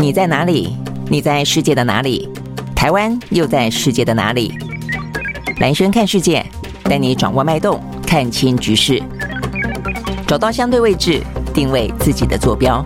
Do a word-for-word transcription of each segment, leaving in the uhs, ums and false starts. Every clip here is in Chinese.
你在哪里？你在世界的哪里？台湾又在世界的哪里？蓝轩看世界，带你掌握脉动，看清局势，找到相对位置，定位自己的坐标。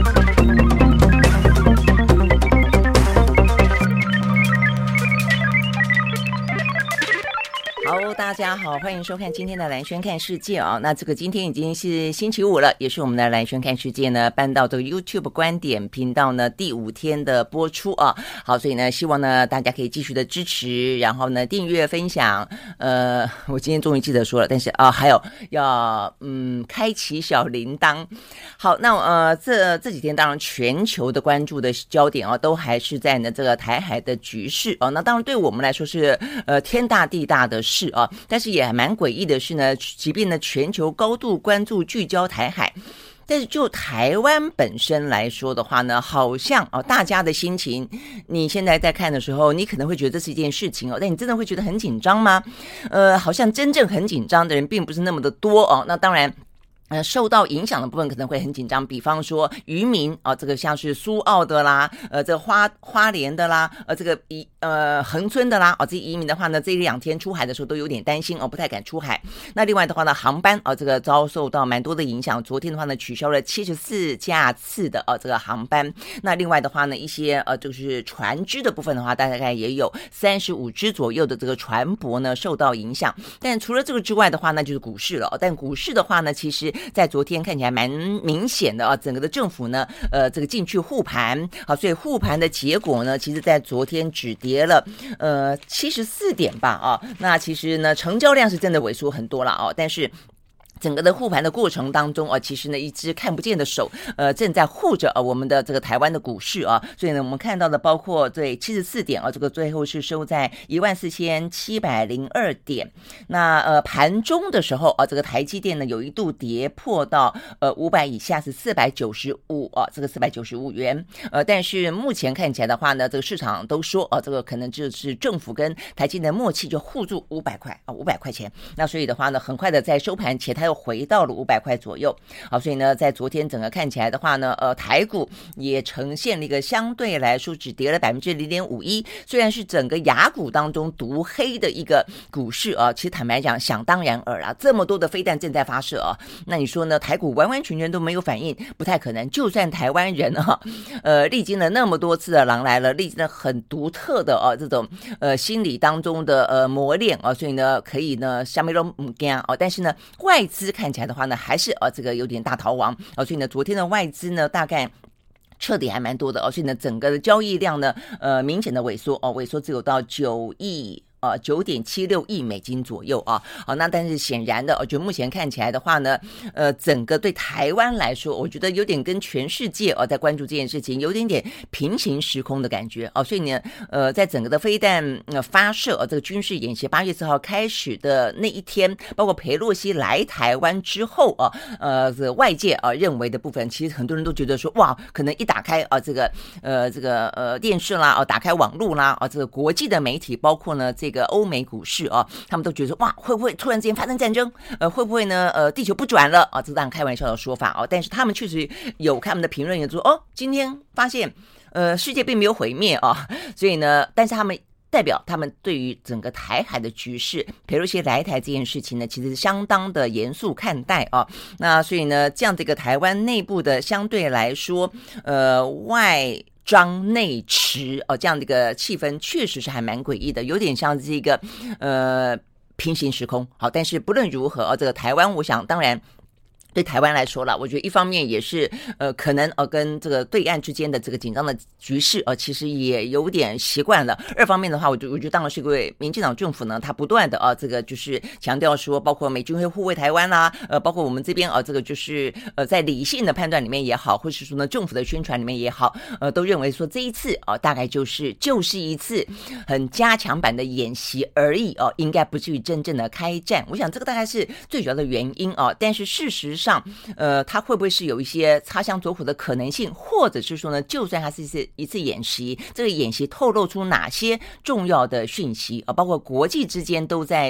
好，大家好，欢迎收看今天的蓝轩看世界啊。那这个今天已经是星期五了，也是我们的蓝轩看世界呢搬到这个 YouTube 观点频道呢第五天的播出啊。好，所以呢，希望呢大家可以继续的支持，然后呢订阅分享。呃，我今天终于记得说了，但是啊，还有要嗯开启小铃铛。好，那呃这这几天当然全球的关注的焦点啊，都还是在呢这个台海的局势啊。那当然对我们来说是呃天大地大的事。是啊，但是也还蛮诡异的是呢，即便呢全球高度关注聚焦台海，但是就台湾本身来说的话呢，好像哦大家的心情，你现在在看的时候，你可能会觉得这是一件事情哦，但你真的会觉得很紧张吗？呃，好像真正很紧张的人并不是那么的多哦。那当然。呃，受到影响的部分可能会很紧张，比方说渔民啊、呃，这个像是苏澳的啦，呃，这个花花莲的啦，呃，这个移呃恒春的啦，啊、哦，这些移民的话呢，这一两天出海的时候都有点担心哦，不太敢出海。那另外的话呢，航班啊、呃，这个遭受到蛮多的影响。昨天的话呢，取消了七十四架次的呃这个航班。那另外的话呢，一些呃就是船只的部分的话，大概也有三十五只左右的这个船舶呢受到影响。但除了这个之外的话，那就是股市了。但股市的话呢，其实在昨天看起来蛮明显的啊，整个的政府呢，呃，这个进去护盘，好，所以护盘的结果呢，其实在昨天只跌了呃七十四点吧啊，那其实呢，成交量是真的萎缩很多了啊，但是。整个的护盘的过程当中啊，其实呢一只看不见的手，呃，正在护着啊我们的这个台湾的股市啊，所以呢我们看到的包括对七十四点啊，这个最后是收在一万四千七百零二点。那呃盘中的时候啊，这个台积电呢有一度跌破到呃五百以下是四百九十五啊，这个四百九十五元。呃，但是目前看起来的话呢，这个市场都说啊，这个可能就是政府跟台积电的默契，就护住五百块啊，五百块钱。那所以的话呢，很快的在收盘前它又回到了五百块左右，好，所以呢，在昨天整个看起来的话呢，呃，台股也呈现了一个相对来说只跌了百分之零点五一，虽然是整个亚股当中独黑的一个股市啊，其实坦白讲，想当然尔啊，这么多的飞弹正在发射啊，那你说呢？台股完完全全都没有反应，不太可能。就算台湾人啊，呃，历经了那么多次的狼来了，历经了很独特的啊这种呃心理当中的呃磨练啊，所以呢，可以呢，下面都唔惊啊，但是呢，外资看起来的话呢，还是呃这个有点大逃亡哦，所以呢，昨天的外资呢，大概彻底还蛮多的哦，所以呢，整个的交易量呢，呃，明显的萎缩哦，萎缩只有到九亿。呃，九点七六亿美金左右啊，好，那但是显然的，我觉得目前看起来的话呢，呃，整个对台湾来说，我觉得有点跟全世界哦、呃、在关注这件事情，有点点平行时空的感觉哦，所以呢，呃，在整个的飞弹、呃、发射呃这个军事演习八月四号开始的那一天，包括裴洛西来台湾之后啊，呃，这个外界啊、呃、认为的部分，其实很多人都觉得说，哇，可能一打开啊、呃、这个呃这个呃电视啦，哦、呃、打开网络啦，啊、呃、这个国际的媒体，包括呢这。这个欧美股市啊，他们都觉得说哇，会不会突然之间发生战争？呃，会不会呢？呃，地球不转了啊？这是当然开玩笑的说法啊。但是他们确实有他们的评论，也说哦，今天发现呃世界并没有毁灭啊。所以呢，但是他们代表他们对于整个台海的局势，裴洛西来台这件事情呢，其实相当的严肃看待啊。那所以呢，这样的一个台湾内部的相对来说，呃外。张内持哦，这样的一个气氛确实是还蛮诡异的，有点像是一个呃平行时空。好，但是不论如何，哦，这个台湾，我想当然。对台湾来说了，我觉得一方面也是呃，可能呃跟这个对岸之间的这个紧张的局势呃，其实也有点习惯了。二方面的话，我觉我觉得当然是因为民进党政府呢，他不断的啊、呃，这个就是强调说，包括美军会护卫台湾啦，呃，包括我们这边啊、呃，这个就是呃在理性的判断里面也好，或是说呢政府的宣传里面也好，呃，都认为说这一次啊、呃，大概就是就是一次很加强版的演习而已哦、呃，应该不至于真正的开战。我想这个大概是最主要的原因啊、呃，但是事实上。上，呃，它会不会是有一些擦枪走火的可能性，或者是说呢，就算它是一次一次演习，这个演习透露出哪些重要的讯息啊、呃，包括国际之间都在。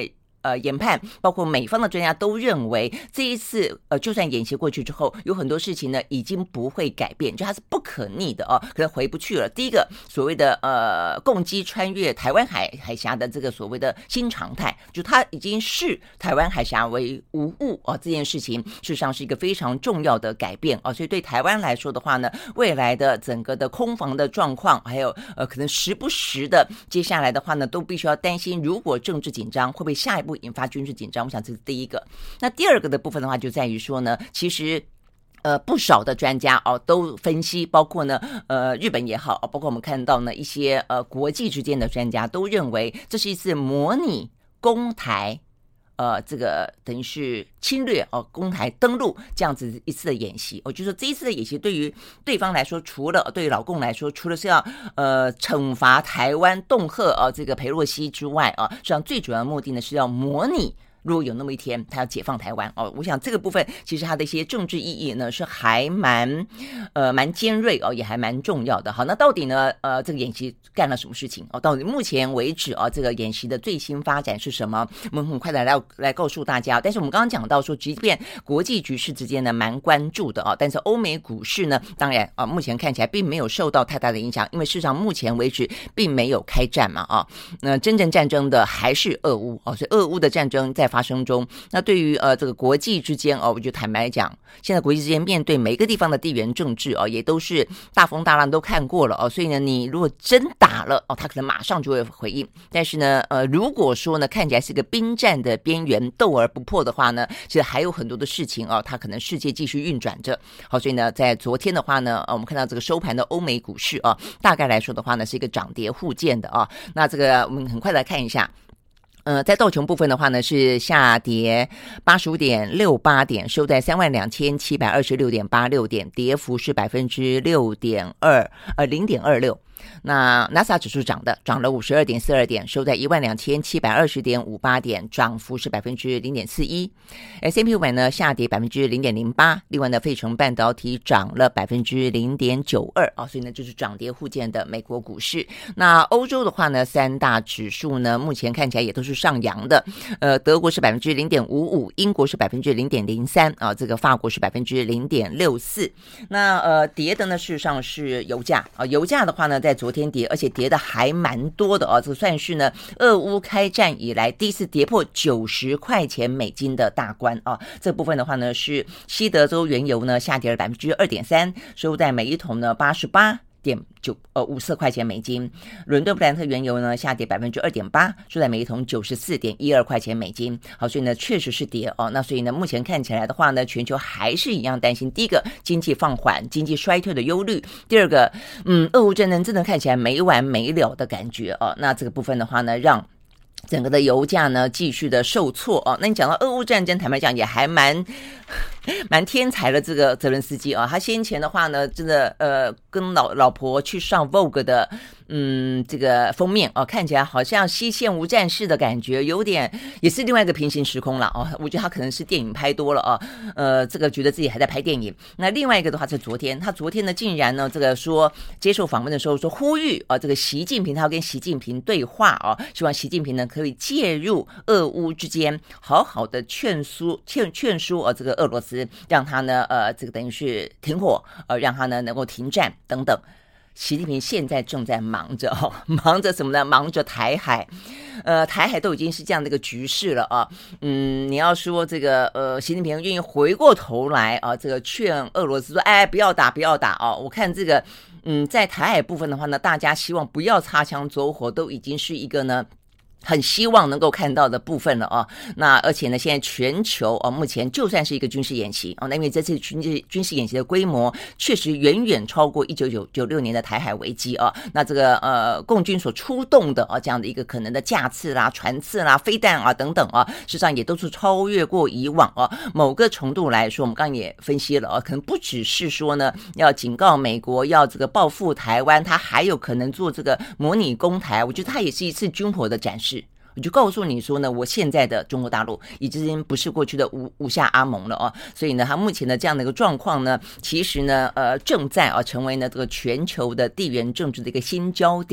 呃研判，包括美方的专家都认为，这一次呃就算演习过去之后，有很多事情呢已经不会改变，就它是不可逆的哦，可能回不去了。第一个所谓的呃共机穿越台湾海海峡的这个所谓的新常态，就它已经视台湾海峡为无物哦，这件事情事实上是一个非常重要的改变哦，所以对台湾来说的话呢，未来的整个的空防的状况，还有呃可能时不时的接下来的话呢，都必须要担心，如果政治紧张会不会下一步引发军事紧张？我想这是第一个。那第二个的部分的话，就在于说呢，其实。呃，不少的专家哦都分析，包括呢，呃，日本也好，包括我们看到呢一些呃国际之间的专家都认为，这是一次模拟攻台。呃，这个等于是侵略哦，攻台登陆这样子一次的演习，我就说这一次的演习对于对方来说，除了对于老共来说，除了是要呃惩罚台湾、恫吓啊这个裴洛西之外啊，实际上最主要的目的呢是要模拟。如果有那么一天他要解放台湾哦，我想这个部分其实它的一些政治意义呢是还蛮呃蛮尖锐哦，也还蛮重要的。好，那到底呢呃这个演习干了什么事情哦？到底目前为止啊、哦、这个演习的最新发展是什么？我们很快的来来告诉大家。但是我们刚刚讲到说，即便国际局势之间呢蛮关注的啊、哦，但是欧美股市呢当然啊、哦、目前看起来并没有受到太大的影响，因为事实上目前为止并没有开战嘛啊，那、呃、真正战争的还是俄乌哦，所以俄乌的战争在发生中，那对于呃这个国际之间哦，我就坦白讲，现在国际之间面对每个地方的地缘政治哦，也都是大风大浪都看过了哦，所以呢，你如果真打了哦，他可能马上就会回应。但是呢，呃，如果说呢看起来是个兵战的边缘，斗而不破的话呢，其实还有很多的事情哦，它可能世界继续运转着。好，所以呢，在昨天的话呢，呃、我们看到这个收盘的欧美股市啊，大概来说的话呢，是一个涨跌互见的啊。那这个我们很快来看一下。呃，在道琼部分的话呢，是下跌八十五点六八点，收在三万两千七百二十六点八六点，跌幅是百分之六点二，呃，零点二六。那 NASA 指数涨的，涨了五十二点四二点，收在一万两千七百二十点五八点，涨幅是百分之零点四一。S and P 五百呢下跌百分之零点零八，另外呢，费城半导体涨了百分之零点九二啊，所以呢就是涨跌互见的美国股市。那欧洲的话呢，三大指数呢目前看起来也都是上扬的，呃，德国是百分之零点五五，英国是百分之零点零三啊，这个法国是百分之零点六四。那呃跌的呢，事实上是油价啊，油价的话呢，在昨天跌，而且跌的还蛮多的哦，这算是呢俄乌开战以来第一次跌破九十块钱美金的大关啊。这部分的话呢，是西德州原油呢下跌了百分之二点三，收在每一桶呢八十八。点九呃五四块钱美金，伦敦布兰特原油呢下跌百分之二点八，收在每一桶九十四点一二块钱美金。好，所以呢确实是跌哦。那所以呢，目前看起来的话呢，全球还是一样担心，第一个经济放缓、经济衰退的忧虑；第二个，嗯，俄乌战争真的看起来没完没了的感觉哦。那这个部分的话呢，让整个的油价呢继续的受挫哦。那你讲到俄乌战争，坦白讲也还蛮蛮天才的这个泽伦斯基啊，他先前的话呢，真的呃跟老老婆去上 Vogue 的嗯这个封面哦、啊，看起来好像西线无战事的感觉，有点也是另外一个平行时空了哦、啊。我觉得他可能是电影拍多了啊，呃，这个觉得自己还在拍电影。那另外一个的话是昨天，他昨天呢竟然呢这个说接受访问的时候说呼吁啊，这个习近平他要跟习近平对话啊，希望习近平呢可以介入俄乌之间，好好的劝说劝劝说啊这个俄罗斯。让他呢，呃，这个等于是停火，呃，让他呢能够停战等等。习近平现在正在忙着哦，忙着什么呢？忙着台海，呃，台海都已经是这样的一个局势了啊。嗯，你要说这个，呃，习近平愿意回过头来啊，这个劝俄罗斯说，哎，不要打，不要打哦。我看这个，嗯，在台海部分的话呢，大家希望不要擦枪走火，都已经是一个呢。很希望能够看到的部分了啊，那而且呢，现在全球啊，目前就算是一个军事演习啊，那因为这次军事军事演习的规模确实远远超过一九九六年的台海危机啊，那这个呃共军所出动的啊这样的一个可能的架次啦、船次啦、飞弹啊等等啊，实际上也都是超越过以往啊。某个程度来说，我们刚刚也分析了啊，可能不只是说呢要警告美国要这个报复台湾，它还有可能做这个模拟攻台，我觉得它也是一次军火的展示。我就告诉你说呢，我现在的中国大陆已经不是过去的吴吴下阿蒙了哦，所以呢，它目前的这样的一个状况呢，其实呢，呃，正在啊成为呢这个全球的地缘政治的一个新焦点。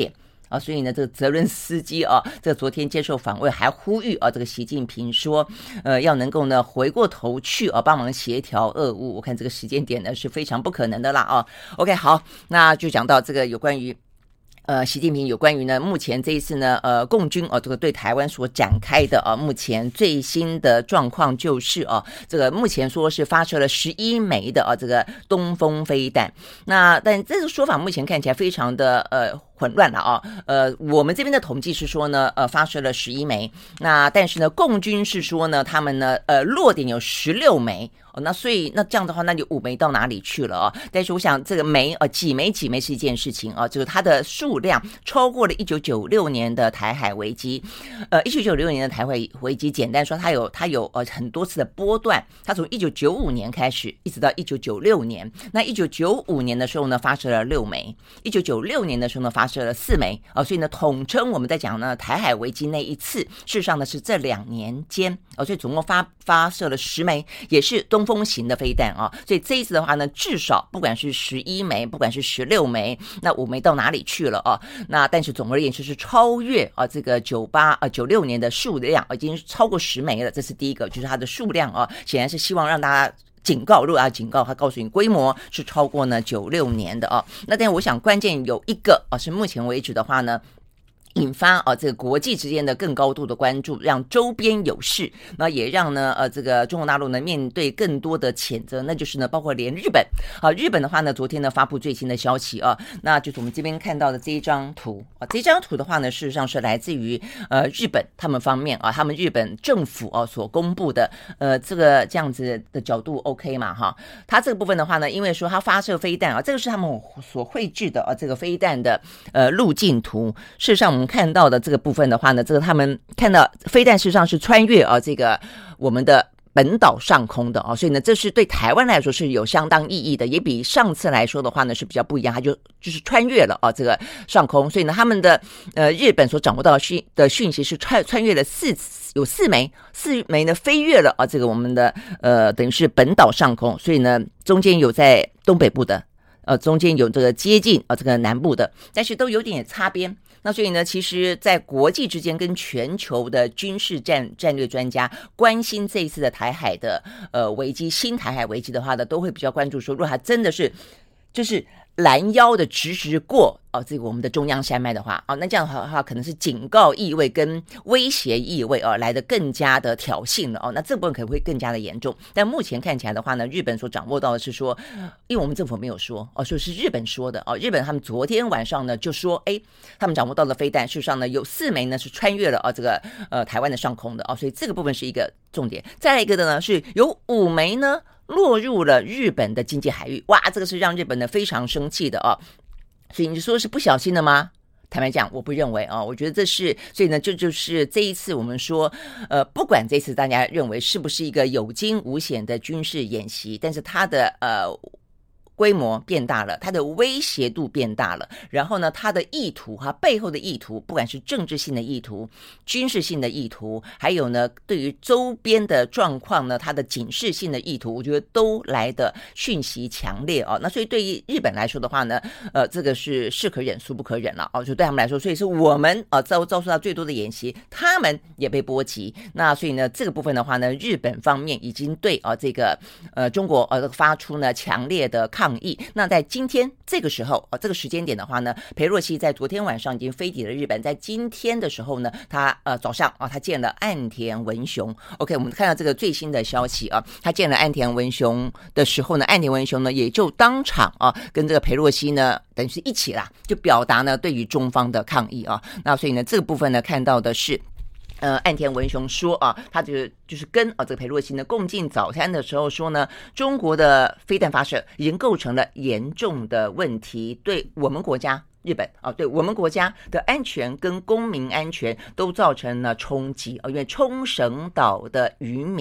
啊，所以呢，这个泽伦斯基啊，这个昨天接受访问还呼吁啊，这个习近平说，呃，要能够呢回过头去啊，帮忙协调俄乌。我看这个时间点呢是非常不可能的啦啊。OK， 好，那就讲到这个有关于。呃，习近平有关于呢，目前这一次呢，呃，共军哦，这个对台湾所展开的啊，目前最新的状况就是啊，这个目前说是发射了十一枚的啊，这个东风飞弹。那但这个说法目前看起来非常的呃。混乱了啊，呃，我们这边的统计是说呢，呃，发射了十一枚，那但是呢，共军是说呢，他们呢，呃，落点有十六枚。哦，那所以那这样的话，那就五枚到哪里去了啊？但是我想这个枚呃几枚几枚是一件事情啊，就是它的数量超过了一九九六年的台海危机。呃，一九九六年的台海危机，简单说，它有它有呃很多次的波段，它从一九九五年开始，一直到一九九六年。那一九九五年的时候呢，发射了六枚；一九九六年的时候呢，发射了四枚啊、呃。所以呢，统称我们在讲呢台海危机那一次，事实上呢是这两年间啊、呃，所以总共发发射了十枚，也是东风型的飞弹啊，所以这一次的话呢，至少不管是十一枚，不管是十六枚，那五枚到哪里去了啊？那但是总而言之是超越啊这个九八啊九六年的数量，已经超过十枚了，这是第一个，就是它的数量啊，显然是希望让大家。警告，如果要警告，他告诉你规模是超过呢九六年的啊。那但我想关键有一个啊，是目前为止的话呢。引发啊这个国际之间的更高度的关注，让周边有事，那也让呢呃这个中国大陆呢面对更多的谴责，那就是呢包括连日本啊日本的话呢昨天呢发布最新的消息啊，那就是我们这边看到的这一张图啊，这张图的话呢事实上是来自于呃日本他们方面啊，他们日本政府啊所公布的呃这个这样子的角度 OK 嘛哈，它这个部分的话呢，因为说它发射飞弹啊，这个是他们所绘制的啊这个飞弹的呃路径图，事实上我们看到的这个部分的话呢，这个他们看到飞弹事实上是穿越啊这个我们的本岛上空的啊，所以呢这是对台湾来说是有相当意义的，也比上次来说的话呢是比较不一样，它就就是穿越了啊这个上空，所以呢他们的呃日本所掌握到的讯的讯息是穿穿越了四有四枚四枚呢飞越了啊这个我们的呃等于是本岛上空，所以呢中间有在东北部的。呃，中间有这个接近啊、呃，这个南部的，但是都有点擦边。那所以呢，其实，在国际之间跟全球的军事战战略专家关心这一次的台海的呃危机，新台海危机的话呢，都会比较关注说，如果它真的是就是拦腰的直直过哦，这个我们的中央山脉的话，哦，那这样的话可能是警告意味跟威胁意味哦，来得更加的挑衅了哦，那这部分可能会更加的严重。但目前看起来的话呢，日本所掌握到的是说，因为我们政府没有说哦，说是日本说的哦，日本他们昨天晚上呢就说，哎，他们掌握到的飞弹，事实上呢有四枚呢是穿越了哦这个呃台湾的上空的哦，所以这个部分是一个重点。再来一个的呢是有五枚呢。落入了日本的经济海域，哇，这个是让日本呢非常生气的哦。所以你说是不小心的吗？坦白讲，我不认为啊、哦，我觉得这是，所以呢，这就是这一次我们说，呃，不管这次大家认为是不是一个有惊无险的军事演习，但是它的呃。规模变大了，它的威胁度变大了，然后呢，它的意图哈背后的意图，不管是政治性的意图、军事性的意图，还有呢对于周边的状况呢，它的警示性的意图，我觉得都来的讯息强烈哦。那所以对于日本来说的话呢，呃，这个是是可忍孰不可忍了哦，就对他们来说，所以是我们啊、呃、遭遭受到最多的演习，他们也被波及。那所以呢，这个部分的话呢，日本方面已经对啊、呃、这个呃中国呃发出呢强烈的抗。抗议。那在今天这个时候、哦、这个时间点的话呢，裴洛西在昨天晚上已经飞抵了日本，在今天的时候呢，他呃早上啊、哦，他见了岸田文雄。OK， 我们看到这个最新的消息啊，他见了岸田文雄的时候呢，岸田文雄呢也就当场啊跟这个裴洛西呢等于是一起啦，就表达呢对于中方的抗议啊。那所以呢这个部分呢看到的是。呃，岸田文雄说啊，他就就是跟啊这个裴洛西呢共进早餐的时候说呢，中国的飞弹发射已经构成了严重的问题，对我们国家日本啊，对我们国家的安全跟公民安全都造成了冲击啊，因为冲绳岛的渔民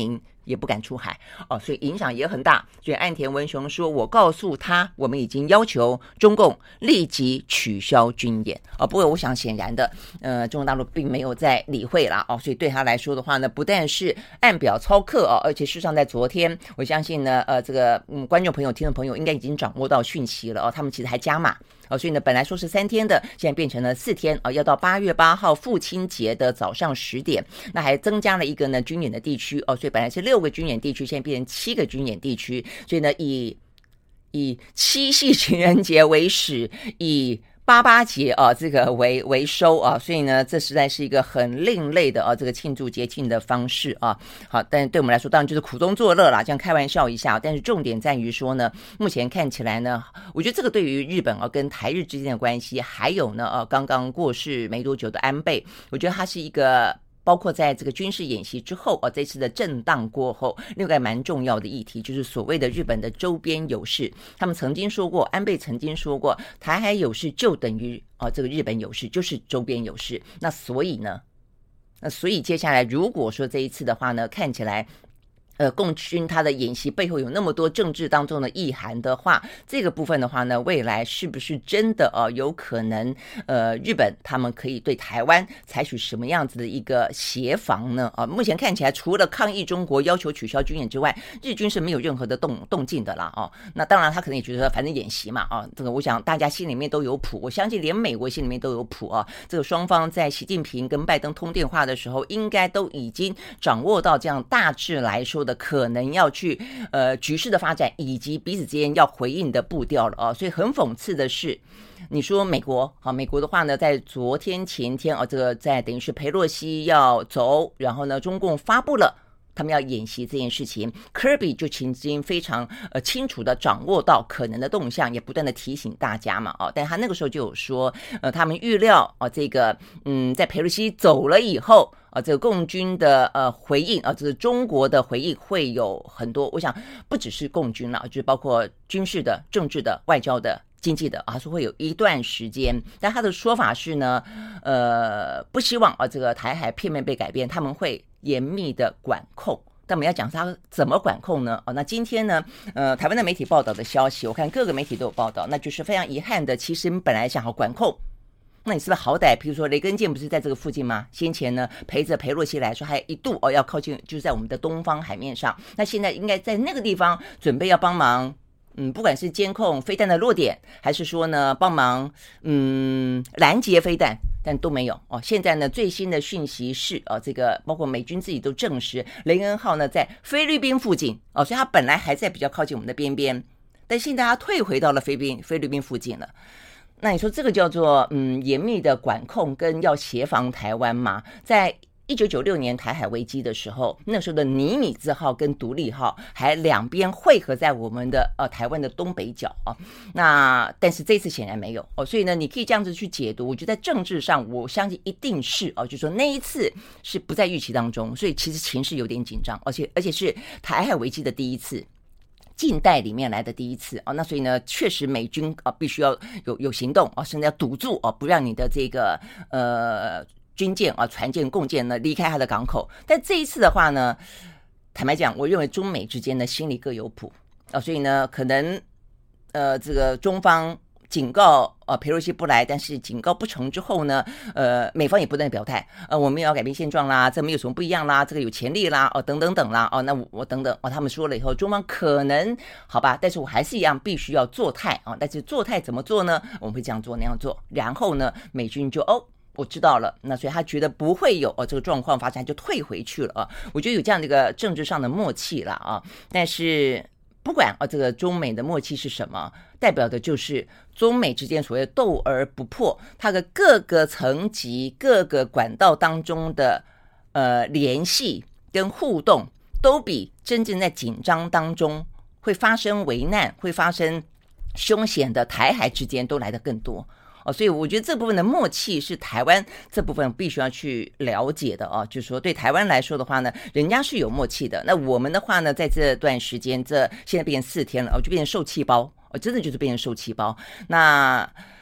也不敢出海哦，所以影响也很大。所以岸田文雄说，我告诉他，我们已经要求中共立即取消军演哦。不过我想显然的，呃，中国大陆并没有在理会啦哦，所以对他来说的话呢，不但是按表操课哦，而且事实上在昨天，我相信呢，呃，这个嗯，观众朋友、听众朋友应该已经掌握到讯息了哦，他们其实还加码。哦，所以呢，本来说是三天的，现在变成了四天哦，要到八月八号父亲节的早上十点，那还增加了一个呢军演的地区哦，所以本来是六个军演地区，现在变成七个军演地区，所以呢，以以七夕情人节为始，以八八节啊，这个为为收啊，所以呢，这实在是一个很另类的啊，这个庆祝节庆的方式啊。好，但对我们来说，当然就是苦中作乐啦，这样开玩笑一下。但是重点在于说呢，目前看起来呢，我觉得这个对于日本啊跟台日之间的关系，还有呢，呃、啊，刚刚过世没多久的安倍，我觉得它是一个。包括在这个军事演习之后啊，这次的震荡过后，另外蛮重要的议题就是所谓的日本的周边有事。他们曾经说过，安倍曾经说过，台海有事就等于啊这个日本有事，就是周边有事。那所以呢，那所以接下来如果说这一次的话呢，看起来。呃，共军他的演习背后有那么多政治当中的意涵的话，这个部分的话呢，未来是不是真的呃有可能呃日本他们可以对台湾采取什么样子的一个协防呢？啊、呃，目前看起来除了抗议中国要求取消军演之外，日军是没有任何的动动静的啦哦。那当然他可能也觉得反正演习嘛啊，这个我想大家心里面都有谱，我相信连美国心里面都有谱啊。这个双方在习近平跟拜登通电话的时候，应该都已经掌握到这样大致来说的可能要去呃局势的发展以及彼此之间要回应的步调了啊，所以很讽刺的是，你说美国好，美国的话呢，在昨天前天啊，这个在等于是裴洛西要走，然后呢，中共发布了。他们要演习这件事情 Kirby 就已经非常呃清楚的掌握到可能的动向，也不断的提醒大家嘛哦，但他那个时候就有说呃他们预料哦这个嗯在裴洛西走了以后啊，这个共军的呃回应啊，这个中国的回应会有很多，我想不只是共军了，就是包括军事的、政治的、外交的、经济的啊，是会有一段时间。但他的说法是呢，呃，不希望啊这个台海片面被改变，他们会严密的管控。但我们要讲它怎么管控呢？哦，那今天呢，呃，台湾的媒体报道的消息，我看各个媒体都有报道，那就是非常遗憾的，其实你本来想好管控。那你是不是好歹，比如说雷根舰不是在这个附近吗？先前呢陪着裴洛西来说，还一度哦要靠近，就是在我们的东方海面上。那现在应该在那个地方准备要帮忙，嗯，不管是监控飞弹的落点，还是说呢帮忙嗯拦截飞弹，但都没有哦。现在呢最新的讯息是哦，这个包括美军自己都证实，雷恩号呢在菲律宾附近哦，所以它本来还在比较靠近我们的边边，但现在它退回到了菲律宾菲律宾附近了。那你说这个叫做嗯严密的管控跟要协防台湾吗？在一九九六年台海危机的时候，那时候的尼米兹号跟独立号还两边汇合在我们的呃台湾的东北角啊。那但是这次显然没有哦，所以呢，你可以这样子去解读。我觉得在政治上，我相信一定是哦，就是说那一次是不在预期当中，所以其实情势有点紧张，而且而且是台海危机的第一次。近代里面来的第一次啊，那所以呢，确实美军啊必须要有有行动啊，甚至要堵住啊，不让你的这个呃军舰啊、船舰、共舰呢离开它的港口。但这一次的话呢，坦白讲，我认为中美之间呢心里各有谱啊，所以呢，可能呃这个中方警告呃裴洛西不来，但是警告不成之后呢，呃美方也不断表态，呃我们也要改变现状啦，这没有什么不一样啦，这个有潜力啦，哦等等等啦，哦那我我等等哦他们说了以后，中方可能好吧，但是我还是一样必须要做态啊，但是做态怎么做呢？我们会这样做那样做，然后呢美军就哦。我知道了，那所以他觉得不会有哦这个状况发生，就退回去了啊。我觉得有这样的一个政治上的默契了啊，但是。不管啊，这个中美的默契是什么，代表的就是中美之间所谓斗而不破，它的各个层级、各个管道当中的呃联系跟互动，都比真正在紧张当中会发生危难、会发生凶险的台海之间都来得更多。哦，所以我觉得这部分的默契是台湾这部分必须要去了解的哦。就是说，对台湾来说的话呢，人家是有默契的。那我们的话呢，在这段时间，这现在变成四天了，哦，就变成受气包，哦，真的就是变成受气包。那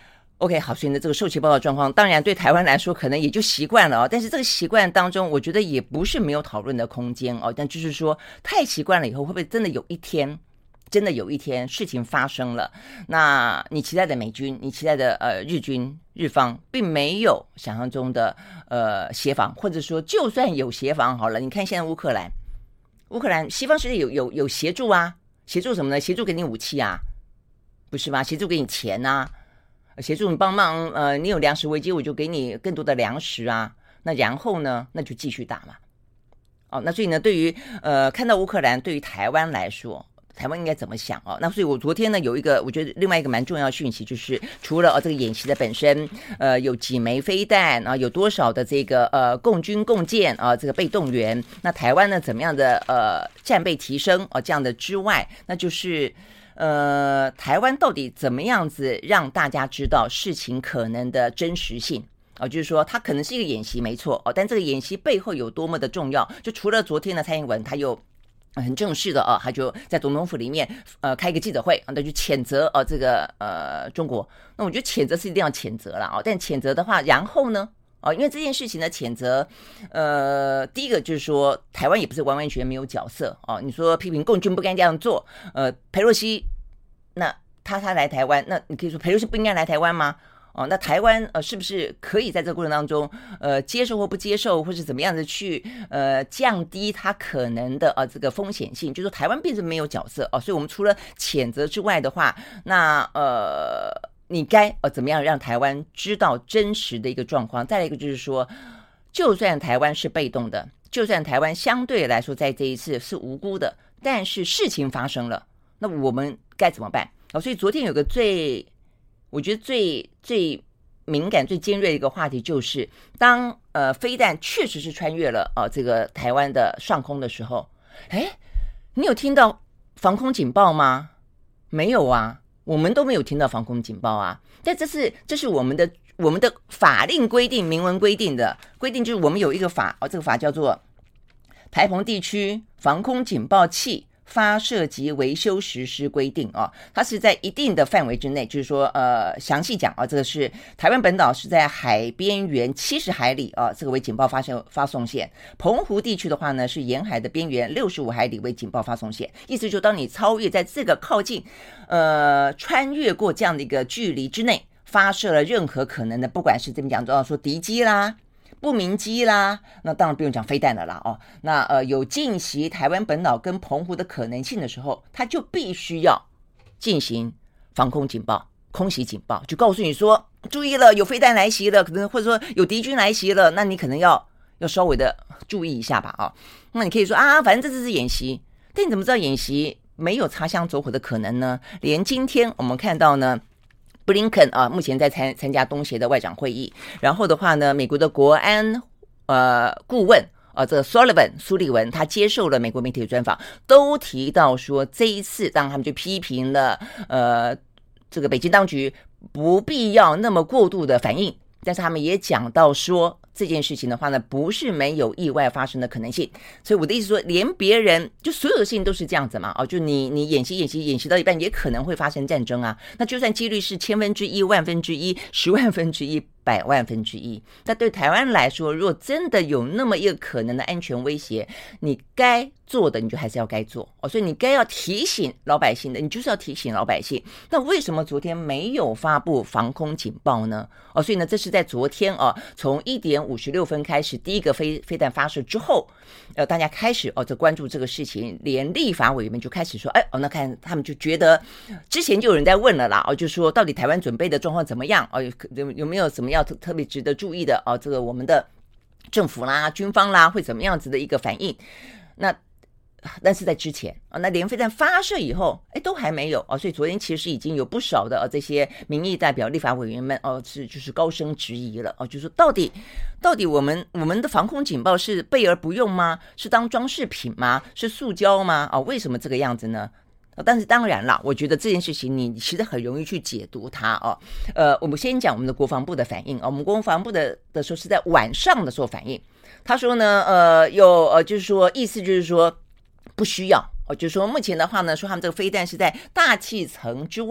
OK， 好，所以呢，这个受气包的状况，当然对台湾来说可能也就习惯了哦。但是这个习惯当中，我觉得也不是没有讨论的空间哦。但就是说，太习惯了以后，会不会真的有一天，真的有一天事情发生了，那你期待的美军，你期待的呃日军日方，并没有想象中的呃协防，或者说就算有协防好了，你看现在乌克兰，乌克兰西方世界有有有协助啊，协助什么呢？协助给你武器啊，不是吗？协助给你钱啊。协助你帮忙，呃，你有粮食危机，我就给你更多的粮食啊。那然后呢，那就继续打嘛。哦，那所以呢，对于呃，看到乌克兰，对于台湾来说，台湾应该怎么想哦？那所以我昨天呢，有一个我觉得另外一个蛮重要的讯息，就是除了、哦、这个演习的本身，呃，有几枚飞弹啊，有多少的这个呃共军共建啊，这个被动员，那台湾呢怎么样的呃战备提升啊这样的之外，那就是。呃，台湾到底怎么样子让大家知道事情可能的真实性哦，就是说它可能是一个演习没错哦，但这个演习背后有多么的重要？就除了昨天的蔡英文，他又很正式的哦，他就在总统府里面呃开一个记者会，那就谴责哦这个呃中国。那我觉得谴责是一定要谴责啦哦，但谴责的话，然后呢？哦，因为这件事情的谴责，呃，第一个就是说，台湾也不是完完全全没有角色哦。你说批评共军不该这样做，呃，裴洛西，那他他来台湾，那你可以说裴洛西不应该来台湾吗？哦，那台湾呃是不是可以在这个过程当中，呃，接受或不接受，或是怎么样的去呃降低它可能的呃这个风险性？就是说台湾并不没有角色哦，所以我们除了谴责之外的话，那呃。你该呃怎么样让台湾知道真实的一个状况？再来一个就是说，就算台湾是被动的，就算台湾相对来说在这一次是无辜的，但是事情发生了，那我们该怎么办？哦，所以昨天有个最，我觉得最最敏感、最尖锐的一个话题，就是当呃飞弹确实是穿越了呃这个台湾的上空的时候，哎，你有听到防空警报吗？没有啊。我们都没有听到防空警报啊，但这是这是我们的我们的法令规定，明文规定的规定，就是我们有一个法哦，这个法叫做台澎地区防空警报器发射及维修实施规定哦，它是在一定的范围之内，就是说呃详细讲啊、哦，这个是台湾本岛是在海边缘七十海里啊、哦，这个为警报发射发送线。澎湖地区的话呢是沿海的边缘六十五海里为警报发送线，意思就是当你超越在这个靠近呃穿越过这样的一个距离之内，发射了任何可能的，不管是这么讲到说敌机啦。不明机啦，那当然不用讲飞弹了啦哦。那呃有进袭台湾本岛跟澎湖的可能性的时候，它就必须要进行防空警报、空袭警报，就告诉你说，注意了，有飞弹来袭了，可能或者说有敌军来袭了，那你可能要要稍微的注意一下吧啊、哦。那你可以说啊，反正这次是演习，但你怎么知道演习没有擦枪走火的可能呢？连今天我们看到呢。布林肯啊，目前在参参加东协的外长会议。然后的话呢，美国的国安呃顾问啊，这个 Sullivan 苏利文，他接受了美国媒体的专访，都提到说，这一次当他们就批评了呃这个北京当局不必要那么过度的反应，但是他们也讲到说。这件事情的话呢，不是没有意外发生的可能性，所以我的意思说，连别人就所有的事情都是这样子嘛，哦，就你你演习演习演习到一半，也可能会发生战争啊。那就算几率是千分之一、万分之一、十万分之一、百万分之一，但对台湾来说，如果真的有那么一个可能的安全威胁，你该做的你就还是要该做哦。所以你该要提醒老百姓的，你就是要提醒老百姓。那为什么昨天没有发布防空警报呢？哦，所以呢，这是在昨天哦，从一点五十六分开始，第一个飞飞弹发射之后，呃，大家开始哦，在关注这个事情，连立法委员们就开始说，哎，哦，那看他们就觉得，之前就有人在问了啦，哦，就说到底台湾准备的状况怎么样？哦，有有没有什么要特特别值得注意的？哦，这个我们的政府啦、军方啦会怎么样子的一个反应？那。但是在之前啊，那连飞弹发射以后，哎，都还没有哦，所以昨天其实已经有不少的、哦、这些民意代表、立法委员们哦，是就是高声质疑了哦，就说到底到底我们我们的防空警报是备而不用吗？是当装饰品吗？是塑胶吗？啊、哦，为什么这个样子呢？但是当然啦，我觉得这件事情你其实很容易去解读它哦。呃，我们先讲我们的国防部的反应哦，我们国防部的的时候是在晚上的时候反应，他说呢，呃，有呃，就是说意思就是说。不需要哦，就是说目前的话呢，说他们这个飞弹是在大气层之外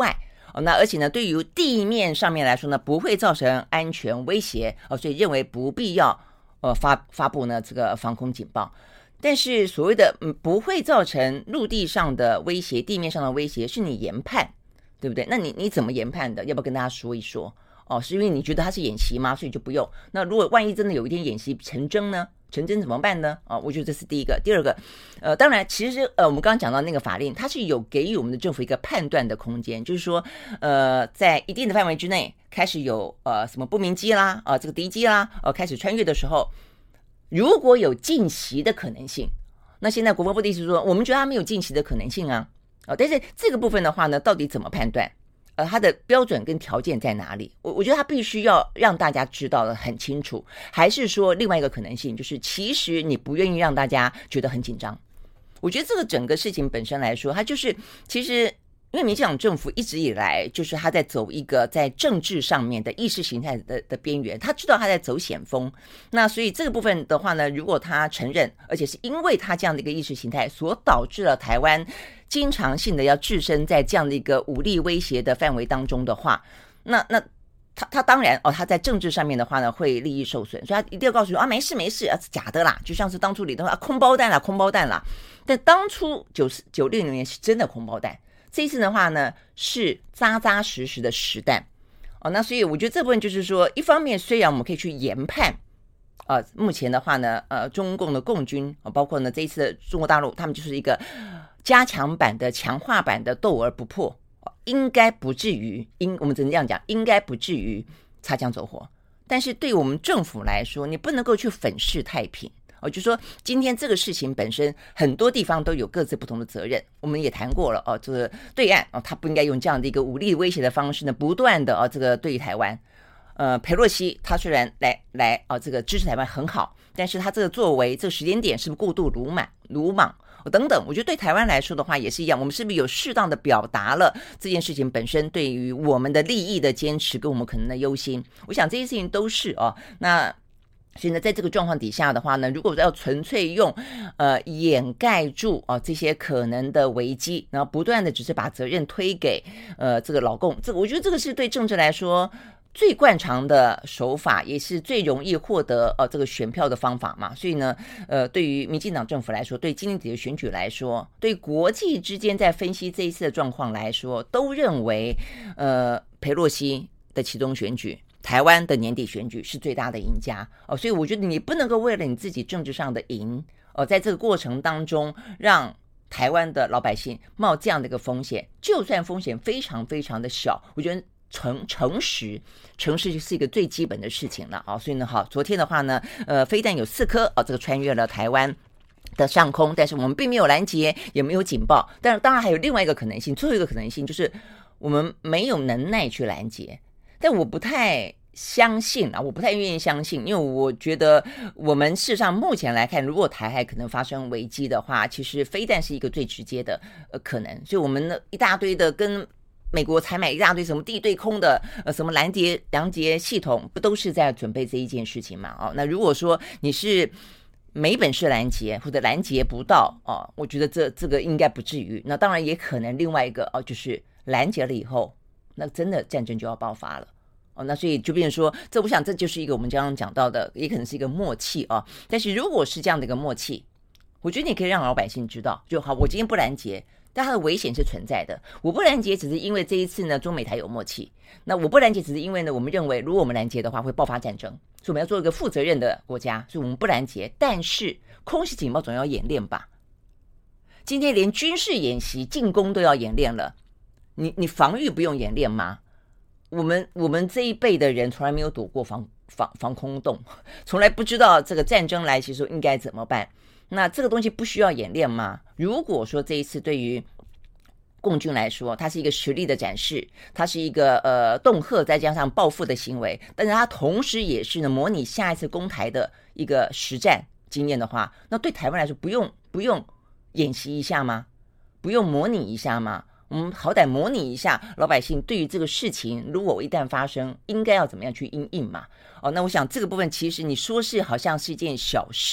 哦，那而且呢，对于地面上面来说呢，不会造成安全威胁哦，所以认为不必要呃发发布呢这个防空警报。但是所谓的嗯不会造成陆地上的威胁，地面上的威胁，是你研判，对不对？那你你怎么研判的？要不要跟大家说一说？哦，是因为你觉得它是演习吗？所以就不用。那如果万一真的有一天演习成真呢？成真怎么办呢？啊、哦，我觉得这是第一个。第二个，呃，当然，其实呃，我们刚刚讲到那个法令，它是有给予我们的政府一个判断的空间，就是说，呃，在一定的范围之内，开始有呃什么不明机啦，啊、呃，这个敌机啦，呃，开始穿越的时候，如果有进袭的可能性，那现在国防部的意思是说，我们觉得它没有进袭的可能性啊，啊、呃，但是这个部分的话呢，到底怎么判断？呃，它的标准跟条件在哪里？我我觉得它必须要让大家知道的很清楚，还是说另外一个可能性，就是其实你不愿意让大家觉得很紧张。我觉得这个整个事情本身来说，它就是其实因为民进党政府一直以来就是他在走一个在政治上面的意识形态的的边缘，他知道他在走险峰。那所以这个部分的话呢，如果他承认，而且是因为他这样的一个意识形态所导致了台湾经常性的要置身在这样的一个武力威胁的范围当中的话，那那他他当然哦，他在政治上面的话呢会利益受损，所以他一定要告诉你啊，没事没事啊，是假的啦，就像是当初李登辉啊，空包弹啦，空包弹啦。但当初九九六年是真的空包弹，这一次的话呢是扎扎实实的实弹哦。那所以我觉得这部分就是说，一方面虽然我们可以去研判。呃，目前的话呢，呃，中共的共军，包括呢这一次的中国大陆，他们就是一个加强版的、强化版的斗而不破，应该不至于，应我们只能这样讲，应该不至于擦枪走火。但是对我们政府来说，你不能够去粉饰太平。哦，就说今天这个事情本身，很多地方都有各自不同的责任。我们也谈过了哦，这个对岸哦，他不应该用这样的一个武力威胁的方式呢，不断的哦，这个对于台湾。呃，裴洛西他虽然来来啊、呃，这个支持台湾很好，但是他这个作为这个时间点是不是过度鲁莽鲁莽、哦、等等？我觉得对台湾来说的话也是一样，我们是不是有适当的表达了这件事情本身对于我们的利益的坚持跟我们可能的忧心？我想这些事情都是哦，那。所以呢，在这个状况底下的话呢，如果要纯粹用呃掩盖住啊、哦、这些可能的危机，然后不断的只是把责任推给呃这个老共，这个我觉得这个是对政治来说最惯常的手法，也是最容易获得呃这个选票的方法嘛。所以呢，呃，对于民进党政府来说，对今年底的选举来说，对国际之间在分析这一次的状况来说，都认为呃裴洛西的期中选举。台湾的年底选举是最大的赢家哦，所以我觉得你不能够为了你自己政治上的赢哦，在这个过程当中让台湾的老百姓冒这样的一个风险，就算风险非常非常的小，我觉得诚诚实诚实是一个最基本的事情了啊、哦。所以呢，好，昨天的话呢，呃，飞弹有四颗哦，这个穿越了台湾的上空，但是我们并没有拦截，也没有警报。但当然还有另外一个可能性，最后一个可能性就是我们没有能耐去拦截。但我不太相信啊，我不太愿意相信，因为我觉得我们事实上目前来看，如果台海可能发生危机的话，其实飞弹是一个最直接的呃可能，所以我们呢一大堆的跟美国采买一大堆什么地对空的呃什么拦截拦截系统，不都是在准备这一件事情嘛？哦，那如果说你是没本事拦截或者拦截不到哦，我觉得这这个应该不至于。那当然也可能另外一个哦，就是拦截了以后。那真的战争就要爆发了哦，那所以就变成说，这我想这就是一个我们刚刚讲到的，也可能是一个默契啊。但是如果是这样的一个默契，我觉得你可以让老百姓知道，就好，我今天不拦截，但它的危险是存在的。我不拦截只是因为这一次呢，中美台有默契。那我不拦截只是因为呢，我们认为如果我们拦截的话会爆发战争，所以我们要做一个负责任的国家，所以我们不拦截。但是空袭警报总要演练吧？今天连军事演习进攻都要演练了。你你防御不用演练吗？我们我们这一辈的人从来没有躲过防防防空洞，从来不知道这个战争来袭时候应该怎么办。那这个东西不需要演练吗？如果说这一次对于共军来说，它是一个实力的展示，它是一个呃恫吓再加上报复的行为，但是它同时也是呢模拟下一次攻台的一个实战经验的话，那对台湾来说不用不用演习一下吗？不用模拟一下吗？我们好歹模拟一下老百姓对于这个事情如果一旦发生应该要怎么样去因应嘛。哦，那我想这个部分其实你说是好像是一件小事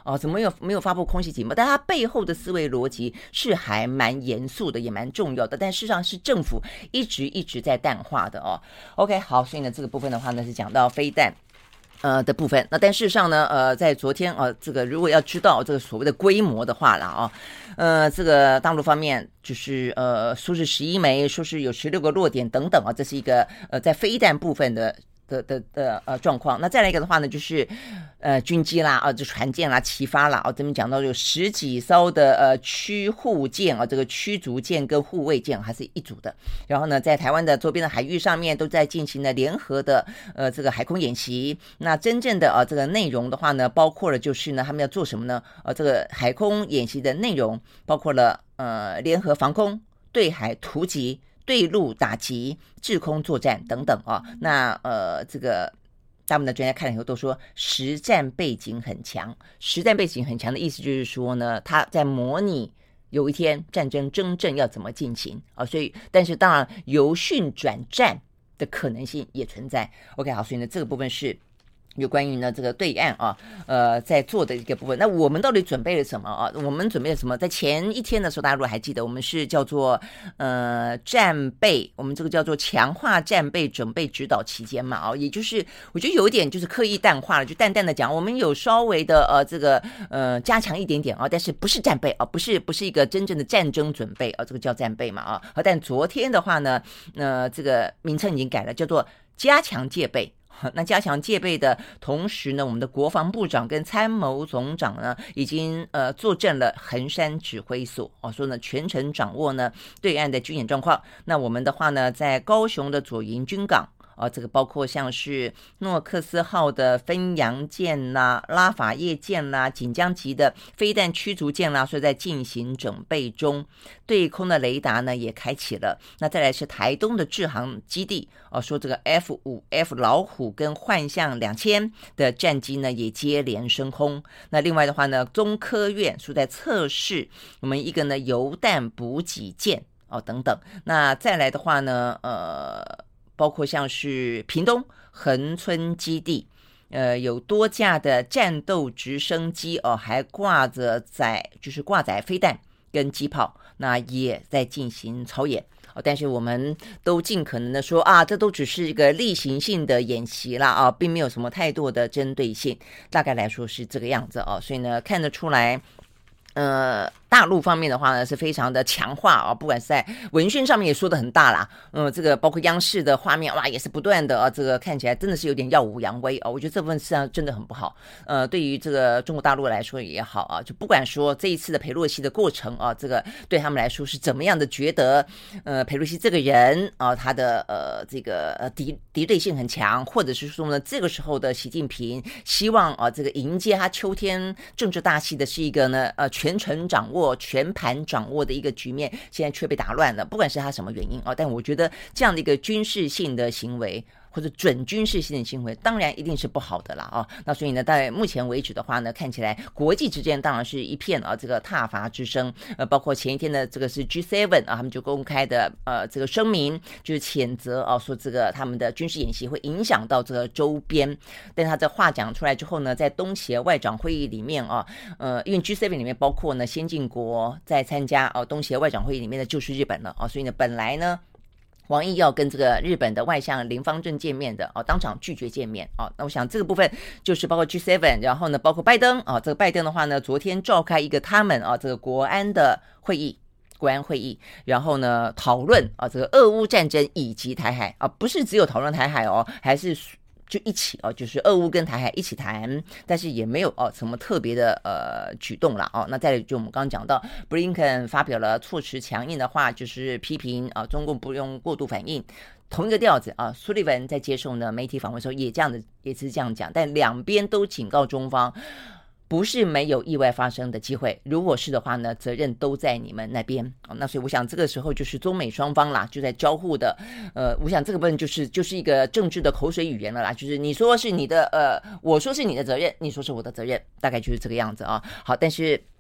哦，怎么没有没有发布空袭警报？但它背后的思维逻辑是还蛮严肃的，也蛮重要的。但事实上是政府一直一直在淡化的哦。OK， 好，所以呢这个部分的话呢是讲到飞弹。呃的部分，那但事实上呢，呃，在昨天啊、呃，这个如果要知道这个所谓的规模的话了啊，呃，这个大陆方面就是呃说是十一枚，说是有十六个落点等等啊，这是一个呃在飞弹部分的。的的的呃状况，那再来一个的话呢，就是呃军机啦啊，这船舰啦齐发啦啊，这边讲到有十几艘的呃驱护舰啊，这个驱逐舰跟护卫舰还是一组的，然后呢，在台湾的周边的海域上面都在进行了联合的呃这个海空演习。那真正的啊这个内容的话呢，包括了就是呢他们要做什么呢？呃这个海空演习的内容包括了呃联合防空、对海突击、对陆打击、制空作战等等啊，那呃，这个大部分的专家看了以后都说，实战背景很强。实战背景很强的意思就是说呢，他在模拟有一天战争真正要怎么进行啊，所以但是当然由训转战的可能性也存在。OK， 好，所以呢这个部分是。有关于呢这个对岸啊，呃，在做的一个部分，那我们到底准备了什么啊？我们准备了什么？在前一天的时候，大家如果还记得，我们是叫做呃战备，我们这个叫做强化战备准备指导期间嘛，啊，也就是我觉得有一点就是刻意淡化了，就淡淡的讲，我们有稍微的呃这个呃加强一点点啊，但是不是战备啊，不是不是一个真正的战争准备啊，这个叫战备嘛啊，但昨天的话呢，呃这个名称已经改了，叫做加强戒备。那加强戒备的同时呢，我们的国防部长跟参谋总长呢，已经呃坐镇了衡山指挥所哦，说呢全程掌握呢对岸的军演状况。那我们的话呢，在高雄的左营军港。啊，这个包括像是诺克斯号的分洋舰啦、拉法叶舰啦、锦江级的飞弹驱逐舰啦，所以在进行准备中。对空的雷达呢也开启了。那再来是台东的制航基地，哦，说这个 F 五 F 老虎跟幻象两千的战机呢也接连升空。那另外的话呢，中科院说在测试我们一个呢油弹补给舰哦等等。那再来的话呢，呃。包括像是屏东恒春基地，呃，有多架的战斗直升机哦，还挂着载就是挂载飞弹跟机炮，那也在进行操演。哦，但是我们都尽可能的说啊，这都只是一个例行性的演习啦啊，并没有什么太多的针对性，大概来说是这个样子啊，所以呢，看得出来，呃。大陆方面的话呢是非常的强化啊，不管是在文宣上面也说的很大啦，嗯，这个包括央视的画面哇也是不断的啊，这个看起来真的是有点耀武扬威啊，我觉得这部分实际上真的很不好。呃，对于这个中国大陆来说也好啊，就不管说这一次的裴洛西的过程啊，这个对他们来说是怎么样的觉得，呃，裴洛西这个人啊，他的呃这个呃敌敌对性很强，或者是说呢，这个时候的习近平希望啊这个迎接他秋天政治大戏的是一个呢呃全程掌握。全盘掌握的一个局面，现在却被打乱了，不管是他什么原因啊，但我觉得这样的一个军事性的行为或者准军事性的行为，当然一定是不好的啦啊。那所以呢，在目前为止的话呢，看起来国际之间当然是一片啊这个挞伐之声，呃，包括前一天的这个是 G 七 啊，他们就公开的呃这个声明，就是谴责啊，说这个他们的军事演习会影响到这个周边。但他这话讲出来之后呢，在东协外长会议里面啊，呃，因为 G 七 里面包括呢先进国在参加啊，东协外长会议里面的就是日本了啊，所以呢，本来呢。王毅要跟这个日本的外相林芳正见面的哦，当场拒绝见面哦。那我想这个部分就是包括 G 七， 然后呢，包括拜登啊、哦，这个拜登的话呢，昨天召开一个他们啊、哦、这个国安的会议。国安会议，然后呢，讨论啊这个俄乌战争以及台海啊，不是只有讨论台海哦，还是。就一起哦，就是俄乌跟台海一起谈，但是也没有哦什么特别的呃举动啦哦。那再来就我们刚刚讲到，布林肯发表了措辞强硬的话，就是批评啊中共不用过度反应。同一个调子啊，苏利文在接受呢媒体访问的时候也这样的，也是这样讲，但两边都警告中方。不是没有意外发生的机会，如果是的话呢，责任都在你们那边。那所以我想这个时候就是中美双方啦，就在交互的，呃，我想这个部分就是就是一个政治的口水语言了啦，就是你说是你的，呃，我说是你的责任，你说是我的责任，大概就是这个样子啊。好，但是。